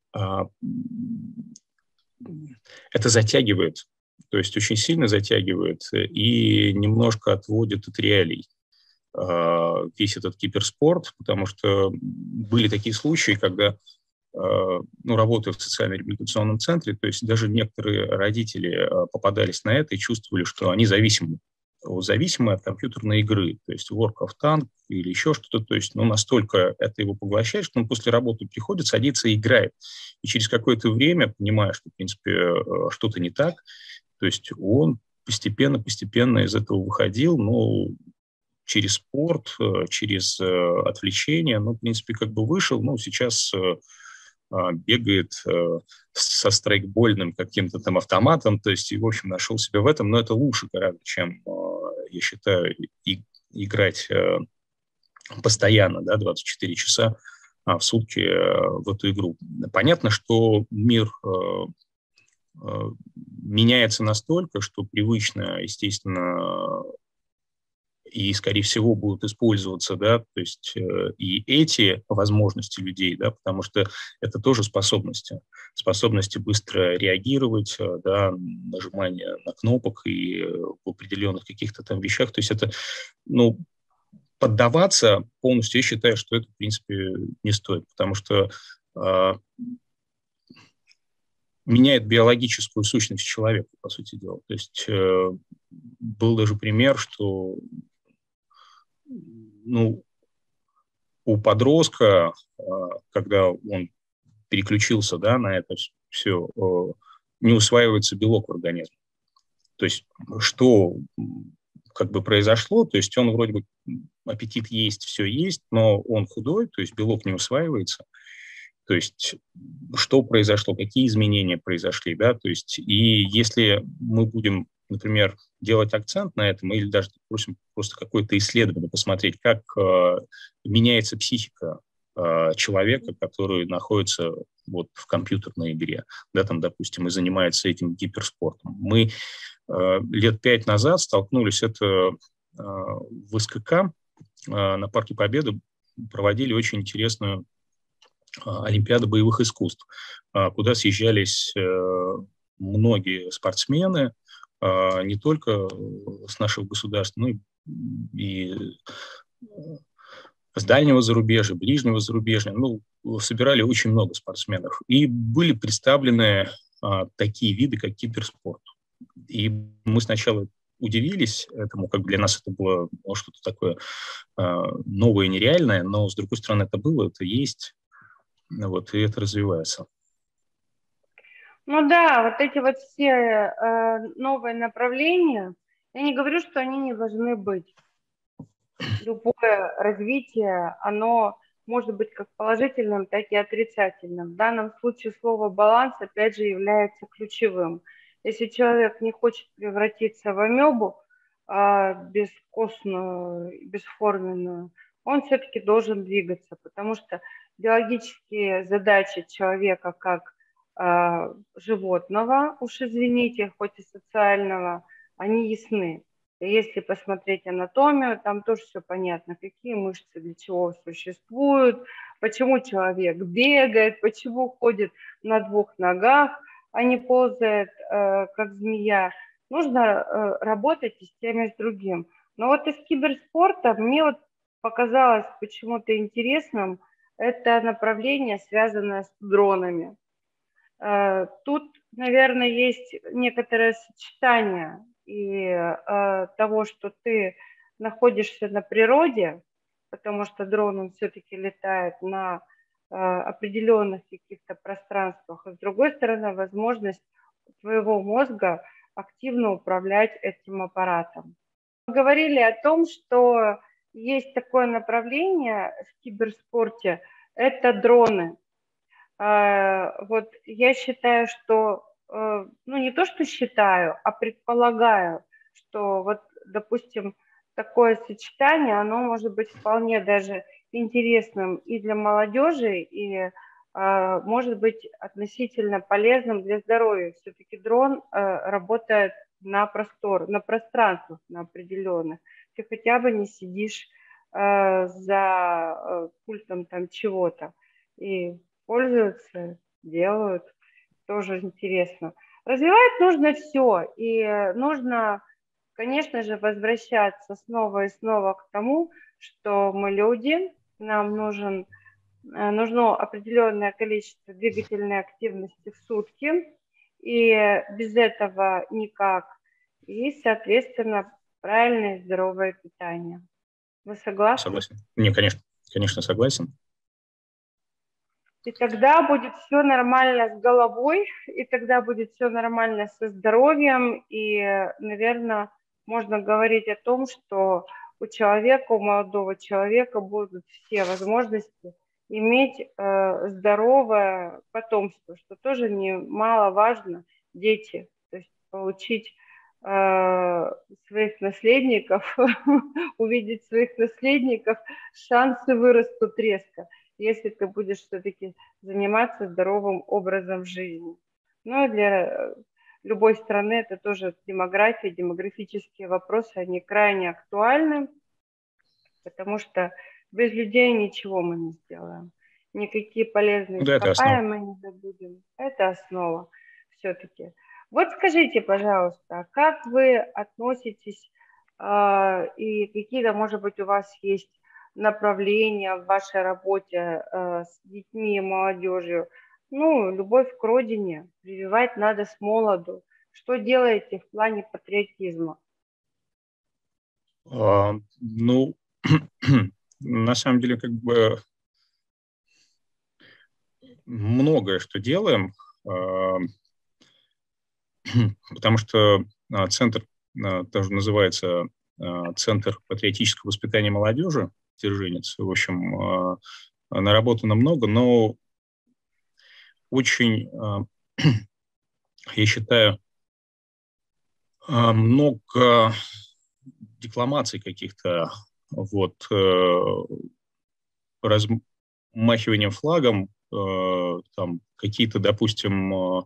это затягивает, то есть очень сильно затягивает и немножко отводит от реалий весь этот киберспорт, потому что были такие случаи, когда, ну, работая в социально-реабилитационном центре, то есть даже некоторые родители попадались на это и чувствовали, что они зависимы, зависимы от компьютерной игры, то есть World of Tanks или еще что-то, то есть, ну, настолько это его поглощает, что он после работы приходит, садится и играет. И через какое-то время, понимая, что, в принципе, что-то не так, то есть он постепенно-постепенно из этого выходил, но через спорт, через отвлечение, ну, в принципе, как бы вышел, ну, сейчас бегает со страйкбольным каким-то там автоматом, то есть, и, в общем, нашел себя в этом, но это лучше гораздо, чем, я считаю, и, играть постоянно, да, двадцать четыре часа в сутки в эту игру. Понятно, что мир меняется настолько, что привычно, естественно, и, скорее всего, будут использоваться, да, то есть э, и эти возможности людей, да, потому что это тоже способности, способности быстро реагировать, э, да, нажимание на кнопок и э, в определенных каких-то там вещах, то есть это, ну, поддаваться полностью, я считаю, что это, в принципе, не стоит, потому что э, меняет биологическую сущность человека, по сути дела. То есть э, был даже пример, что, ну, у подростка, когда он переключился, да, на это все, не усваивается белок в организме. То есть что, как бы произошло, то есть он вроде бы, аппетит есть, все есть, но он худой, то есть белок не усваивается. То есть что произошло, какие изменения произошли, да, то есть и если мы будем, например, делать акцент на этом или даже просим просто какое-то исследование посмотреть, как э, меняется психика э, человека, который находится вот в компьютерной игре, да, там, допустим, и занимается этим гиперспортом. Мы э, лет пять назад столкнулись, это э, в СКК э, на Парке Победы проводили очень интересную Олимпиада боевых искусств, куда съезжались многие спортсмены, не только с нашего государства, но и с дальнего зарубежья, ближнего зарубежья. Ну, собирали очень много спортсменов. И были представлены такие виды, как киберспорт. И мы сначала удивились этому, как для нас это было ну, что-то такое новое, нереальное, но, с другой стороны, это было, это есть. Вот, и это развивается. Ну да, вот эти вот все э, новые направления, я не говорю, что они не должны быть. Любое развитие, оно может быть как положительным, так и отрицательным. В данном случае слово «баланс» опять же является ключевым. Если человек не хочет превратиться в амебу, э, бескостную, бесформенную, он все-таки должен двигаться, потому что биологические задачи человека как э, животного, уж извините, хоть и социального, они ясны. И если посмотреть анатомию, там тоже все понятно, какие мышцы для чего существуют, почему человек бегает, почему ходит на двух ногах, а не ползает, э, как змея. Нужно э, работать и с тем, и с другим. Но вот из киберспорта мне вот показалось почему-то интересным это направление, связанное с дронами. Тут, наверное, есть некоторое сочетание и э, того, что ты находишься на природе, потому что дрон, он все-таки летает на э, определенных каких-то пространствах, а с другой стороны, возможность твоего мозга активно управлять этим аппаратом. Мы говорили о том, что есть такое направление в киберспорте, это дроны. Вот я считаю, что, ну не то, что считаю, а предполагаю, что вот, допустим, такое сочетание, оно может быть вполне даже интересным и для молодежи, и может быть относительно полезным для здоровья. Все-таки дрон работает на простор, на пространствах, на определенных. Ты хотя бы не сидишь за пультом там чего-то. И пользуются, делают, тоже интересно. Развивать нужно все, и нужно, конечно же, возвращаться снова и снова к тому, что мы люди, нам нужен, нужно определенное количество двигательной активности в сутки, и без этого никак, и, соответственно, правильное и здоровое питание. Вы согласны? Согласен. Не, конечно, конечно, согласен. И тогда будет все нормально с головой, и тогда будет все нормально со здоровьем, и, наверное, можно говорить о том, что у человека, у молодого человека будут все возможности иметь э, здоровое потомство, что тоже немаловажно, дети, то есть получить э, своих наследников, увидеть своих наследников, шансы вырастут резко, если ты будешь все-таки заниматься здоровым образом жизни. Ну и для любой страны это тоже демография, демографические вопросы, они крайне актуальны, потому что без людей ничего мы не сделаем. Никакие полезные Да, ископаемые мы не добудем. Это основа все-таки. Вот скажите, пожалуйста, как вы относитесь э, и какие-то, может быть, у вас есть направления в вашей работе э, с детьми и молодежью? Ну, любовь к родине прививать надо с молоду. Что делаете в плане патриотизма? А, ну, на самом деле, как бы многое что делаем, а, потому что центр тоже называется Центр патриотического воспитания молодежи «Дзержинец». В общем, наработано много, но очень, я считаю, много декламаций каких-то, вот, размахиванием флагом, там какие-то, допустим,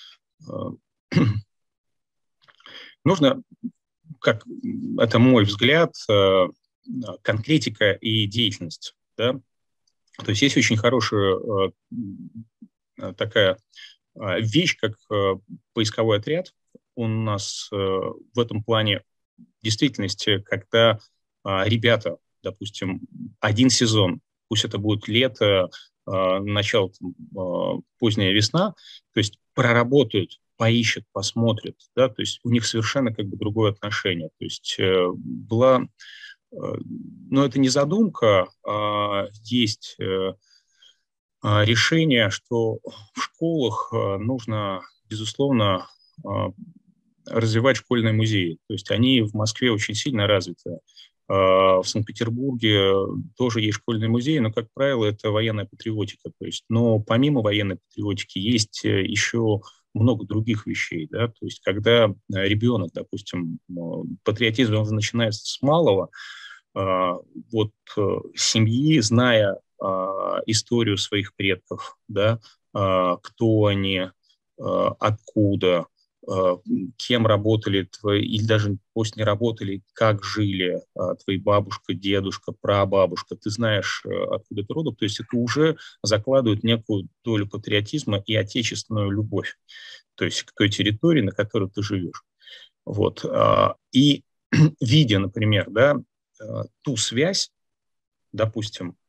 нужно, как это мой взгляд, конкретика и деятельность, да? То есть есть очень хорошая такая вещь, как поисковой отряд. У нас в этом плане в действительности, когда ребята, допустим, один сезон, пусть это будет лето, начало, поздняя весна, то есть проработают, поищут, посмотрят, да, то есть у них совершенно как бы другое отношение. То есть была, ну, это не задумка, а есть решение, что в школах нужно, безусловно, развивать школьные музеи. То есть они в Москве очень сильно развиты. В Санкт-Петербурге тоже есть школьные музеи, но, как правило, это военная патриотика. То есть, но помимо военной патриотики есть еще много других вещей. Да? То есть когда ребенок, допустим, патриотизм он начинается с малого, вот семьи, зная историю своих предков, да, кто они, откуда, кем работали твои, или даже пусть не работали, как жили твои бабушка, дедушка, прабабушка, ты знаешь, откуда ты родом, то есть это уже закладывает некую долю патриотизма и отечественную любовь, то есть к той территории, на которой ты живешь. Вот. И видя, например, да, ту связь, допустим,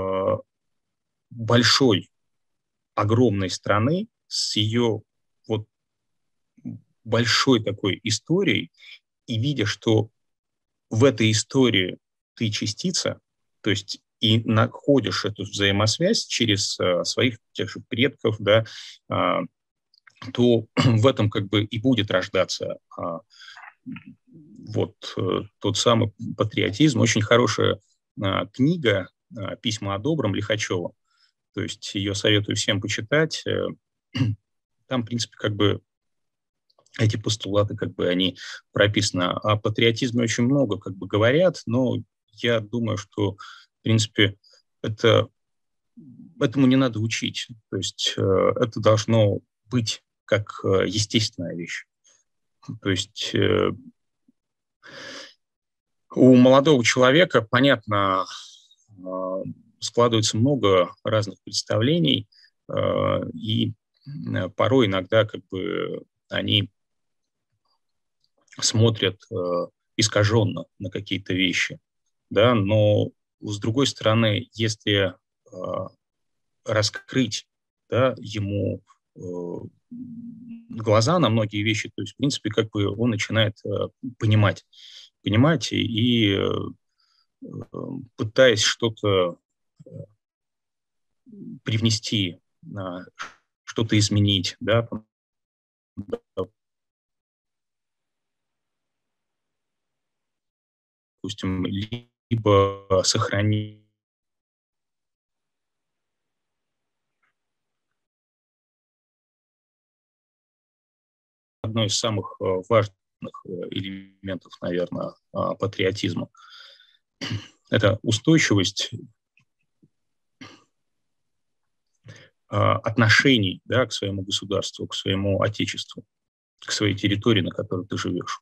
большой, огромной страны с ее вот большой такой историей, и видя, что в этой истории ты частица, то есть и находишь эту взаимосвязь через а, своих тех же предков, да, а, то в этом как бы и будет рождаться а, вот а, тот самый патриотизм. Очень хорошая а, книга а, «Письма о добром» Лихачева. То есть ее советую всем почитать. Там, в принципе, как бы эти постулаты, как бы они прописаны. О патриотизме очень много, как бы говорят, но я думаю, что, в принципе, это, этому не надо учить. То есть э, это должно быть как э, естественная вещь. То есть э, у молодого человека, понятно, э, складывается много разных представлений, э, и э, порой иногда как бы они смотрят э, искаженно на какие-то вещи, да, но с другой стороны, если э, раскрыть, да, ему э, глаза на многие вещи, то есть, в принципе, как бы он начинает э, понимать, понимать и э, пытаясь что-то э, привнести, э, что-то изменить, да, допустим, либо сохранить одно из самых э, важных э, элементов, наверное, а, патриотизма. Это устойчивость а, отношений, да, к своему государству, к своему отечеству, к своей территории, на которой ты живешь.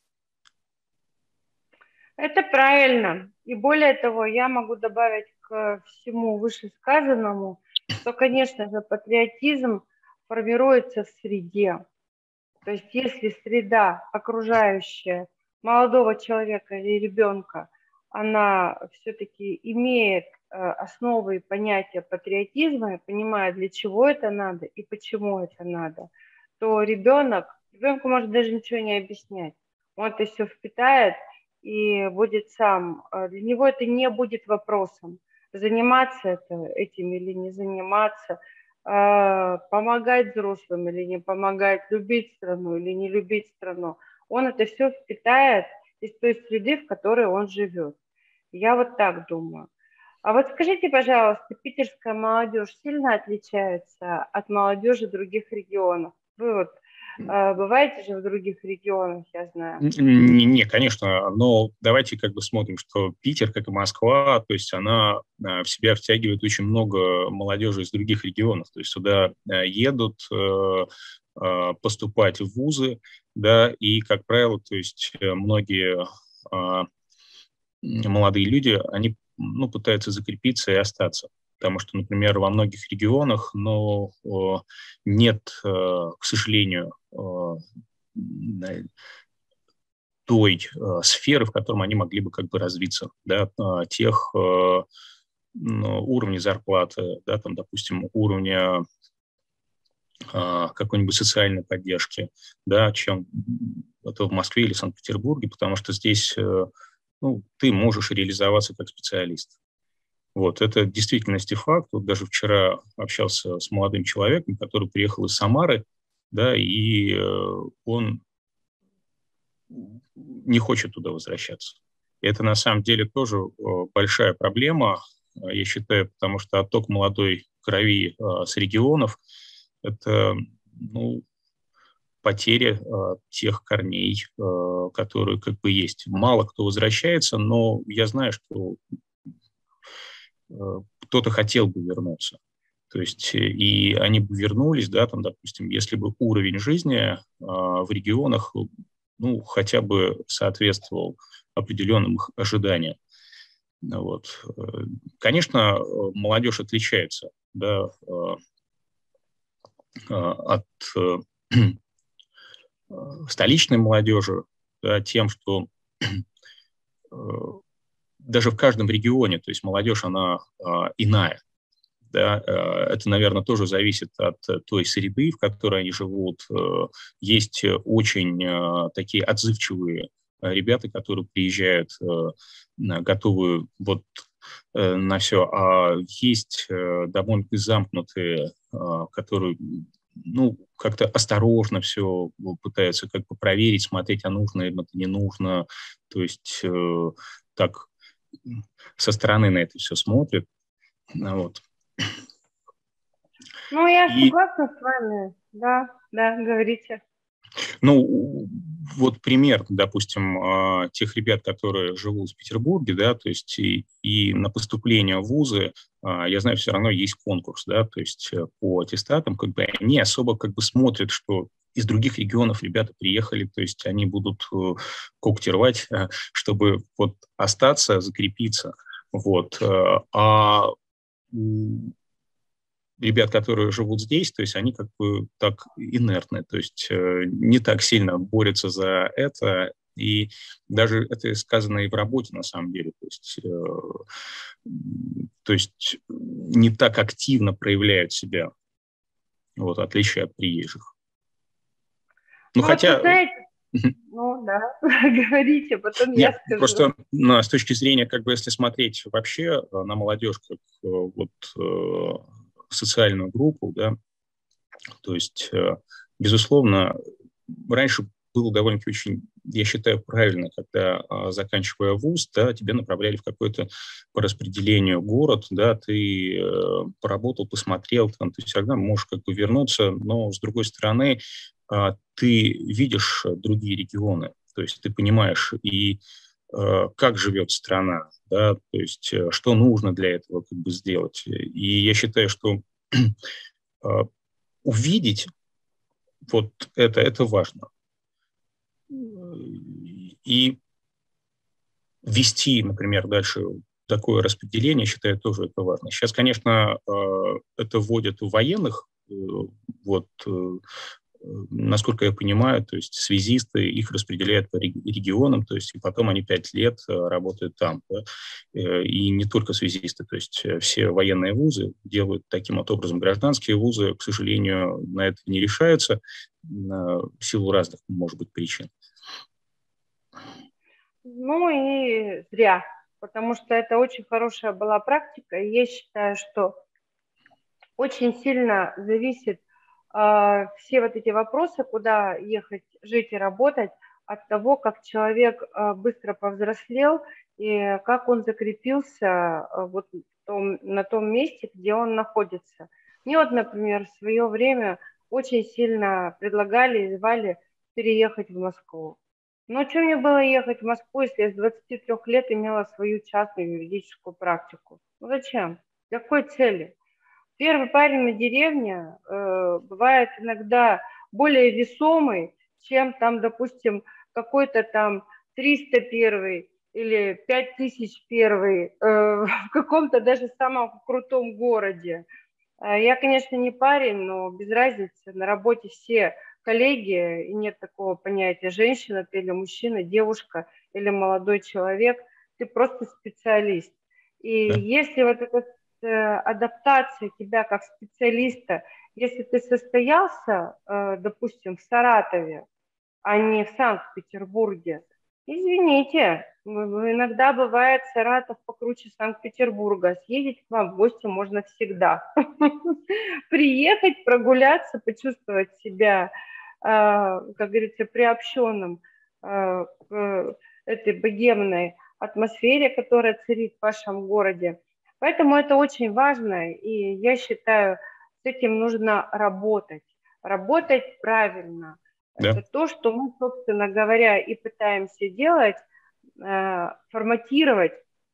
Это правильно. И более того, я могу добавить к всему вышесказанному, что, конечно же, патриотизм формируется в среде. То есть если среда окружающая молодого человека или ребенка, она все-таки имеет э, основы и понятия патриотизма, и понимает, для чего это надо и почему это надо, то ребенок, ребенку может даже ничего не объяснять. Он это все впитает и будет сам. Для него это не будет вопросом, заниматься это, этим или не заниматься, помогать взрослым или не помогать, любить страну или не любить страну. Он это все впитает из той среды, в которой он живет. Я вот так думаю. А вот скажите, пожалуйста, питерская молодежь сильно отличается от молодежи других регионов? Вы вот э, бываете же в других регионах, я знаю. Не, не, конечно, но давайте как бы смотрим, что Питер, как и Москва, то есть она в себя втягивает очень много молодежи из других регионов, то есть сюда едут поступать в вузы, да, и, как правило, то есть многие молодые люди, они, ну, пытаются закрепиться и остаться. Потому что, например, во многих регионах, но нет, к сожалению, той э, сферы, в котором они могли бы как бы развиться, да, э, тех э, ну, уровней зарплаты, да, там, допустим, уровня э, какой-нибудь социальной поддержки, да, чем это в Москве или Санкт-Петербурге, потому что здесь э, ну, ты можешь реализоваться как специалист. Вот, это в действительности факт. Вот даже вчера общался с молодым человеком, который приехал из Самары, да, и э, он не хочет туда возвращаться. И это на самом деле тоже большая проблема, я считаю, потому что отток молодой крови с регионов – это, ну, потеря тех корней, которые как бы есть. Мало кто возвращается, но я знаю, что кто-то хотел бы вернуться. То есть и они бы вернулись, да, там, допустим, если бы уровень жизни в регионах, ну, хотя бы соответствовал определенным их ожиданиям. Вот. Конечно, молодежь отличается, да, от столичной молодежи, да, тем, что даже в каждом регионе, то есть молодежь, она иная. Да, это, наверное, тоже зависит от той среды, в которой они живут. Есть очень такие отзывчивые ребята, которые приезжают готовые вот на все, а есть довольно-таки замкнутые, которые, ну, как-то осторожно все пытаются как бы проверить, смотреть, а нужно им это, не нужно. То есть так со стороны на это все смотрят. Вот. Ну, я И, согласна с вами. Да, да, говорите. ну, вот пример, допустим, тех ребят, которые живут в Петербурге, да, то есть и, и на поступление в вузы, я знаю, все равно есть конкурс, да, то есть по аттестатам, как бы они особо как бы смотрят, что из других регионов ребята приехали, то есть они будут когти рвать, чтобы вот остаться, закрепиться, вот, а ребят, которые живут здесь, то есть они как бы так инертны, то есть э, не так сильно борются за это, и даже это сказано и в работе на самом деле, то есть, э, то есть не так активно проявляют себя, вот, отличие от приезжих. Ну, ну хотя... Вот вы знаете, ну да, говорите, потом Нет, я скажу. просто ну, с точки зрения, как бы, если смотреть вообще на молодежь как вот социальную группу, да, то есть, безусловно, раньше было довольно-таки очень, я считаю, правильно, когда, заканчивая вуз, да, тебя направляли в какой-то по распределению город, да, ты поработал, посмотрел, там, ты все равно можешь как бы вернуться, но, с другой стороны, ты видишь другие регионы, то есть ты понимаешь и как живет страна, да, то есть что нужно для этого как бы сделать. И я считаю, что увидеть вот это, это важно. И вести, например, дальше такое распределение, считаю, тоже это важно. Сейчас, конечно, это вводят в военных, вот, насколько я понимаю, то есть связисты, их распределяют по регионам, то есть и потом они пять лет работают там. Да? И не только связисты, то есть все военные вузы делают таким вот образом. Гражданские вузы, к сожалению, на это не решаются в силу разных, может быть, причин. Ну и зря, потому что это очень хорошая была практика, и я считаю, что очень сильно зависит э, все вот эти вопросы, куда ехать, жить и работать, от того, как человек быстро повзрослел и как он закрепился вот в том, на том месте, где он находится. Мне вот, например, в свое время очень сильно предлагали и звали переехать в Москву. Но что мне было ехать в Москву, если я с двадцати трёх лет имела свою частную юридическую практику? Ну зачем? Для какой цели? Первый парень на деревне э, бывает иногда более весомый, чем там, допустим, какой-то там триста первый или пять тысяч первый э, в каком-то даже самом крутом городе. Я, конечно, не парень, но без разницы. На работе все коллеги, и нет такого понятия женщина ты или мужчина, девушка или молодой человек. Ты просто специалист. И Да. если вот эта адаптация тебя как специалиста, если ты состоялся, допустим, в Саратове, а не в Санкт-Петербурге, извините, иногда бывает Саратов покруче Санкт-Петербурга. Съездить к вам в гости можно всегда. Приехать, прогуляться, почувствовать себя, как говорится, приобщенным к этой богемной атмосфере, которая царит в вашем городе. Поэтому это очень важно, и я считаю, с этим нужно работать. Работать правильно. Да. Это то, что мы, собственно говоря, и пытаемся делать, форматировать.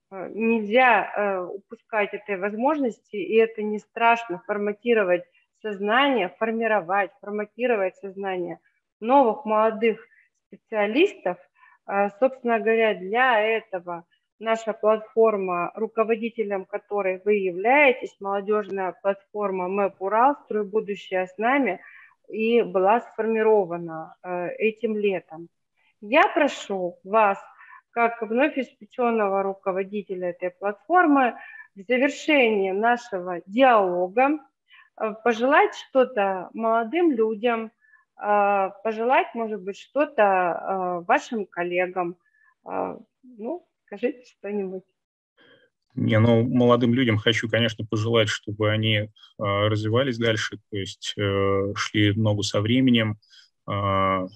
Нельзя упускать этой возможности, и это не страшно, форматировать сознание, формировать, форматировать сознание новых молодых специалистов. Собственно говоря, для этого наша платформа, руководителем которой вы являетесь, молодежная платформа МЭП Урал «Строй будущее с нами», и была сформирована этим летом. Я прошу вас, как вновь испеченного руководителя этой платформы, в завершении нашего диалога пожелать что-то молодым людям, пожелать, может быть, что-то вашим коллегам. Ну, скажите что-нибудь. Не, ну, молодым людям хочу, конечно, пожелать, чтобы они э, развивались дальше, то есть э, шли в ногу со временем, э,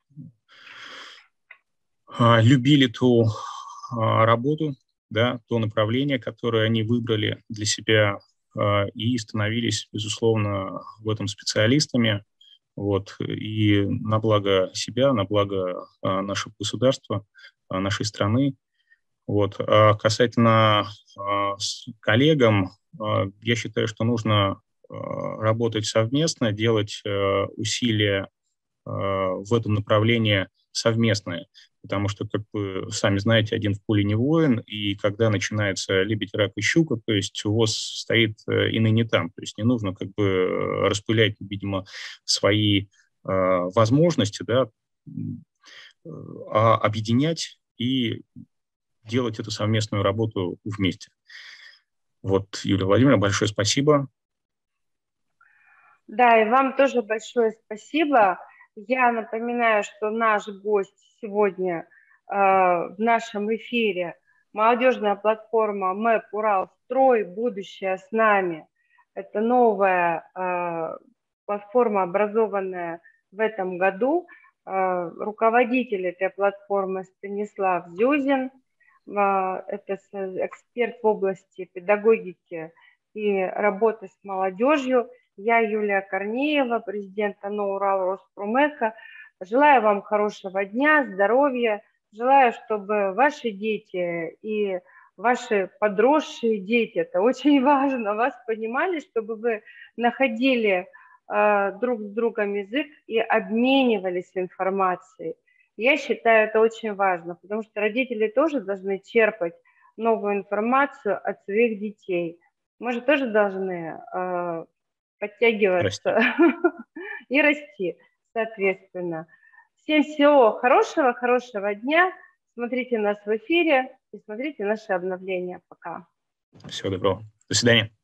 э, любили ту э, работу, да, то направление, которое они выбрали для себя, э, и становились, безусловно, в этом специалистами, вот, и на благо себя, на благо э, нашего государства, э, нашей страны. Вот. А касательно а, с коллегам, а, я считаю, что нужно а, работать совместно, делать а, усилия а, в этом направлении совместные, потому что, как вы сами знаете, один в поле не воин, и когда начинается лебедь, рак и щука, то есть УВОЗ стоит и ныне там, то есть не нужно как бы распылять, видимо, свои а, возможности, да, а объединять и делать эту совместную работу вместе. Вот, Юлия Владимировна, большое спасибо. Да, и вам тоже большое спасибо. Я напоминаю, что наш гость сегодня э, в нашем эфире молодежная платформа МЭП Урал «Строй будущее с нами». Это новая э, платформа, образованная в этом году. Э, руководитель этой платформы Станислав Зюзин. Это эксперт в области педагогики и работы с молодежью. Я Юлия Корнеева, президент АНО Урал Роспромека. Желаю вам хорошего дня, здоровья. Желаю, чтобы ваши дети и ваши подросшие дети, это очень важно, вас понимали, чтобы вы находили э, друг с другом язык и обменивались информацией. Я считаю, это очень важно, потому что родители тоже должны черпать новую информацию от своих детей. Мы же тоже должны э, подтягиваться расти. и расти, соответственно. Всем всего хорошего, хорошего дня. Смотрите нас в эфире и смотрите наши обновления. Пока. Всего доброго. До свидания.